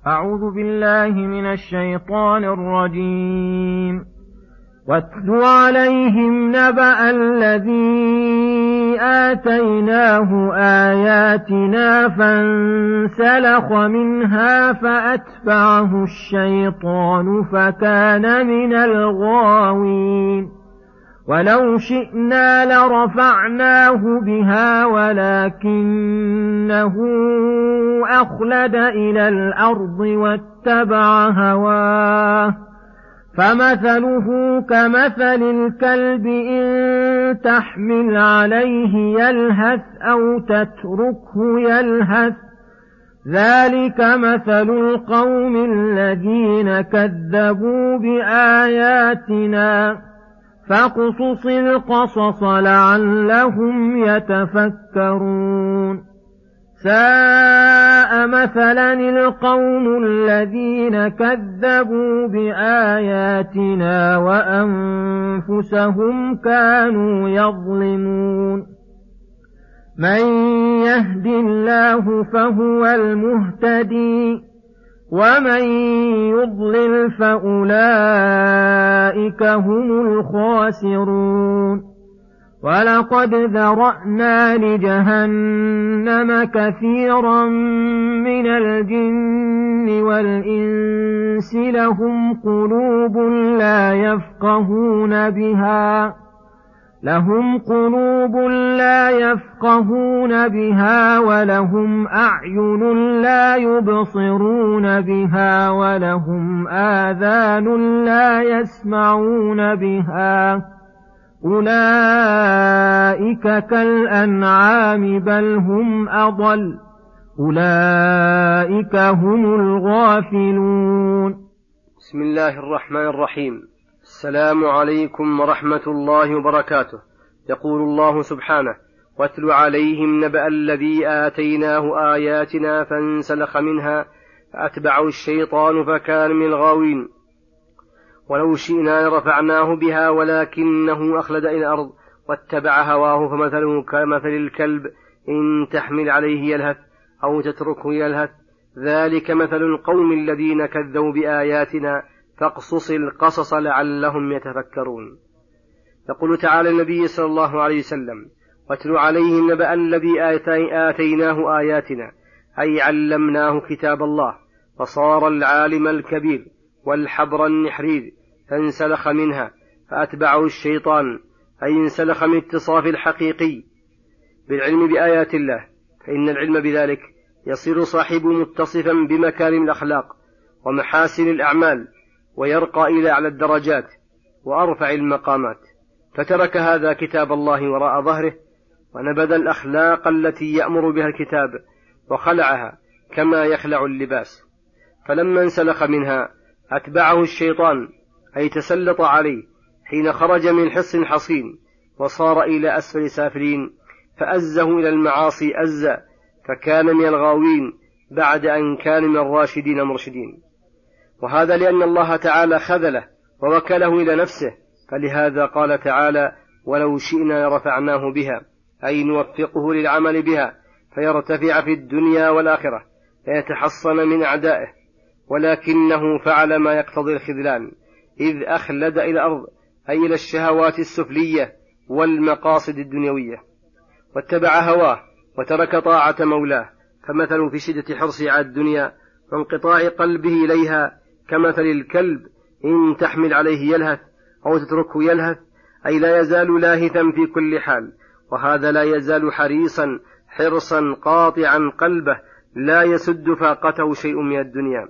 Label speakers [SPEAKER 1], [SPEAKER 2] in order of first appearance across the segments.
[SPEAKER 1] أعوذ بالله من الشيطان الرجيم. واتل عليهم نبأ الذي آتيناه آياتنا فانسلخ منها فأتبعه الشيطان فكان من الغاوين. ولو شئنا لرفعناه بها ولكنه أخلد إلى الأرض واتبع هواه فمثله كمثل الكلب إن تحمل عليه يلهث أو تتركه يلهث ذلك مثل القوم الذين كذبوا بآياتنا فاقصص القصص لعلهم يتفكرون. ساء مثلا القوم الذين كذبوا بآياتنا وأنفسهم كانوا يظلمون. من يهد الله فهو المهتدي ومن يضلل فأولئك هم الخاسرون. ولقد ذرأنا لجهنم كثيرا من الجن والإنس لهم قلوب لا يفقهون بها ولهم أعين لا يبصرون بها ولهم آذان لا يسمعون بها أولئك كالأنعام بل هم أضل أولئك هم الغافلون.
[SPEAKER 2] بسم الله الرحمن الرحيم. السلام عليكم ورحمة الله وبركاته. يقول الله سبحانه: واتل عليهم نبأ الذي آتيناه آياتنا فانسلخ منها فأتبعه الشيطان فكان من الغاوين. ولو شئنا لرفعناه بها ولكنه أخلد إلى الأرض واتبع هواه فمثله كمثل الكلب إن تحمل عليه يلهث أو تتركه يلهث ذلك مثل القوم الذين كذبوا بآياتنا فاقصص القصص لعلهم يتفكرون. يقول تعالى النبي صلى الله عليه وسلم: واتل عليهم نبأ الذي آتيناه آياتنا، أي علمناه كتاب الله فصار العالم الكبير والحبر النحرير فانسلخ منها فأتبعه الشيطان، أي انسلخ من اتصاف الحقيقي بالعلم بآيات الله، فإن العلم بذلك يصير صاحبه متصفا بمكارم الأخلاق ومحاسن الأعمال ويرقى إلى أعلى الدرجات وأرفع المقامات، فترك هذا كتاب الله وراء ظهره ونبذ الأخلاق التي يأمر بها الكتاب وخلعها كما يخلع اللباس. فلما انسلخ منها أتبعه الشيطان، أي تسلط عليه حين خرج من حصن حصين وصار إلى أسفل سافلين فأزه إلى المعاصي أزا فكان من الغاوين بعد أن كان من الراشدين المرشدين. وهذا لأن الله تعالى خذله ووكله إلى نفسه، فلهذا قال تعالى: ولو شئنا لرفعناه بها، أي نوفقه للعمل بها فيرتفع في الدنيا والآخرة فيتحصن من أعدائه، ولكنه فعل ما يقتضي الخذلان إذ أخلد إلى الأرض، أي إلى الشهوات السفلية والمقاصد الدنيوية، واتبع هواه وترك طاعة مولاه، فمثل في شدة حرصه على الدنيا وانقطاع قلبه إليها كمثل الكلب إن تحمل عليه يلهث أو تتركه يلهث، أي لا يزال لاهثا في كل حال، وهذا لا يزال حريصا حرصا قاطعا قلبه لا يسد فاقته شيء من الدنيا.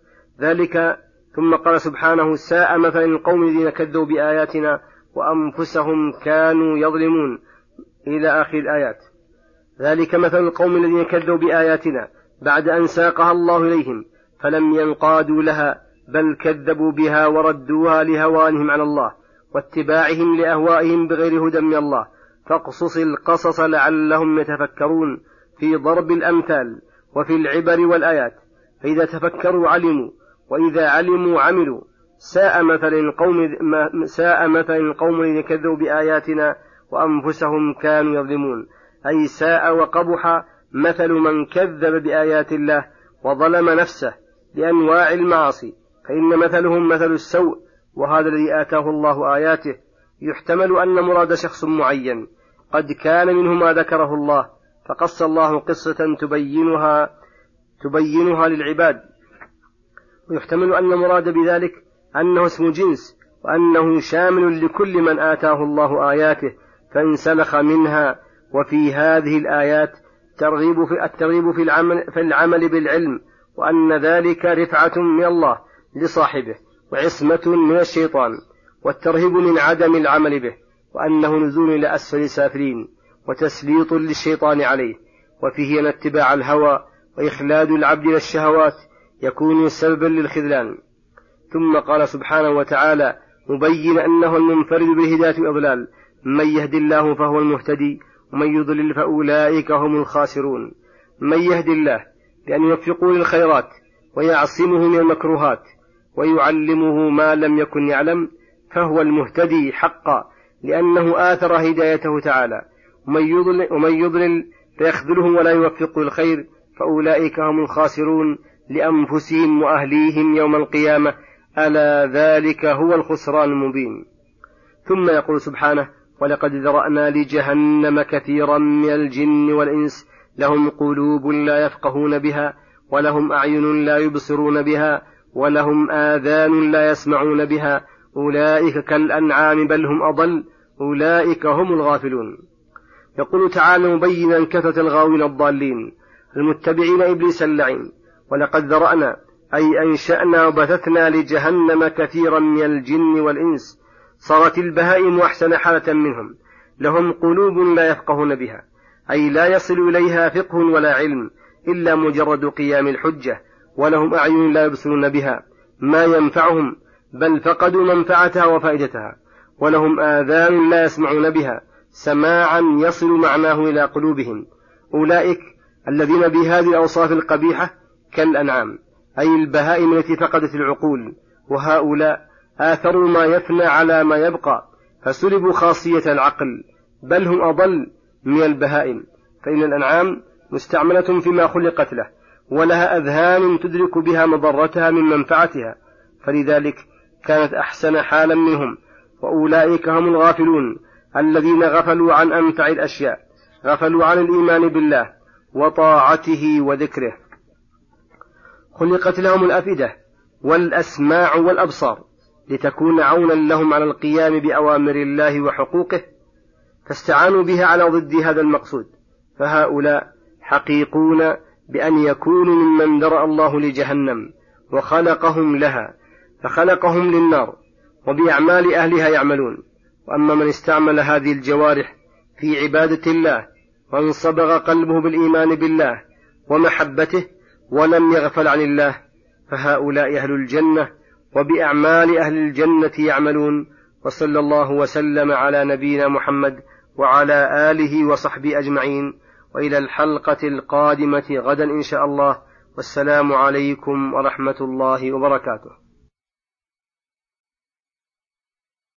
[SPEAKER 2] ذلك ثم قال سبحانه: ساء مثل القوم الذين كذبوا بآياتنا وأنفسهم كانوا يظلمون، إلى آخر الآيات. ذلك مثل القوم الذين كذبوا بآياتنا بعد أن ساقها الله إليهم فلم ينقادوا لها، بل كذبوا بها وردوها لهوانهم على الله واتباعهم لأهوائهم بغير هدى من الله. فاقصص القصص لعلهم يتفكرون في ضرب الأمثال وفي العبر والآيات، فإذا تفكروا علموا، وإذا علموا عملوا. ساء مثل القوم الذين كذبوا بآياتنا وأنفسهم كانوا يظلمون، أي ساء وقبح مثل من كذب بآيات الله وظلم نفسه لأنواع المعاصي، فإن مثلهم مثل السوء، وهذا الذي آتاه الله آياته. يحتمل أن مراد شخص معين قد كان منه ما ذكره الله، فقص الله قصة تبينها للعباد. ويحتمل أن مراد بذلك أنه اسم جنس، وأنه شامل لكل من آتاه الله آياته فانسلخ منها. وفي هذه الآيات الترغيب في العمل بالعلم، وأن ذلك رفعة من الله لصاحبه وعصمة من الشيطان، والترهيب من عدم العمل به، وأنه نزول إلى أسفل سافلين وتسليط للشيطان عليه. وفيه أن اتباع الهوى وإخلاد العبد للشهوات يكون سببا للخذلان. ثم قال سبحانه وتعالى مبين أنه المنفرد بالهداية والإضلال: من يهد الله فهو المهتدي ومن يضلل فأولئك هم الخاسرون. من يهد الله بأن يوفقه للخيرات ويعصمه من المكروهات ويعلمه ما لم يكن يعلم فهو المهتدي حقا، لأنه آثر هدايته تعالى. ومن يضلل فيخذله ولا يوفقه الخير فأولئك هم الخاسرون لأنفسهم وأهليهم يوم القيامة، ألا ذلك هو الخسران المبين. ثم يقول سبحانه: ولقد ذرأنا لجهنم كثيرا من الجن والإنس لهم قلوب لا يفقهون بها ولهم أعين لا يبصرون بها ولهم آذان لا يسمعون بها أولئك كالأنعام بل هم أضل أولئك هم الغافلون. يقول تعالى مبينا كثرة الغاوين الضالين المتبعين إبليس اللعين: ولقد ذرأنا أي أنشأنا وبثثنا لجهنم كثيرا من الجن والإنس. صارت البهائم أحسن حالة منهم، لهم قلوب لا يفقهون بها، أي لا يصل إليها فقه ولا علم إلا مجرد قيام الحجة، ولهم أعين لا يبصرون بها ما ينفعهم بل فقدوا منفعتها وفائدتها، ولهم آذان لا يسمعون بها سماعا يصل معناه إلى قلوبهم. أولئك الذين بهذه الأوصاف القبيحة كالأنعام، أي البهائم التي فقدت العقول، وهؤلاء آثروا ما يفنى على ما يبقى فسلبوا خاصية العقل، بل هم أضل من البهائم، فإن الأنعام مستعملة فيما خلقت له ولها أذهان تدرك بها مضرتها من منفعتها، فلذلك كانت أحسن حالا منهم. وأولئك هم الغافلون الذين غفلوا عن أنفع الأشياء، غفلوا عن الإيمان بالله وطاعته وذكره. خلقت لهم الأفئدة والأسماع والأبصار لتكون عونا لهم على القيام بأوامر الله وحقوقه، فاستعانوا بها على ضد هذا المقصود، فهؤلاء حقيقون بأن يكونوا ممن درأ الله لجهنم وخلقهم لها، فخلقهم للنار وبأعمال أهلها يعملون. وأما من استعمل هذه الجوارح في عبادة الله وانصبغ قلبه بالإيمان بالله ومحبته ولم يغفل عن الله، فهؤلاء أهل الجنة وبأعمال أهل الجنة يعملون. وصلى الله وسلم على نبينا محمد وعلى آله وصحبه أجمعين، وإلى الحلقة القادمة غدا إن شاء الله، والسلام عليكم ورحمة الله وبركاته.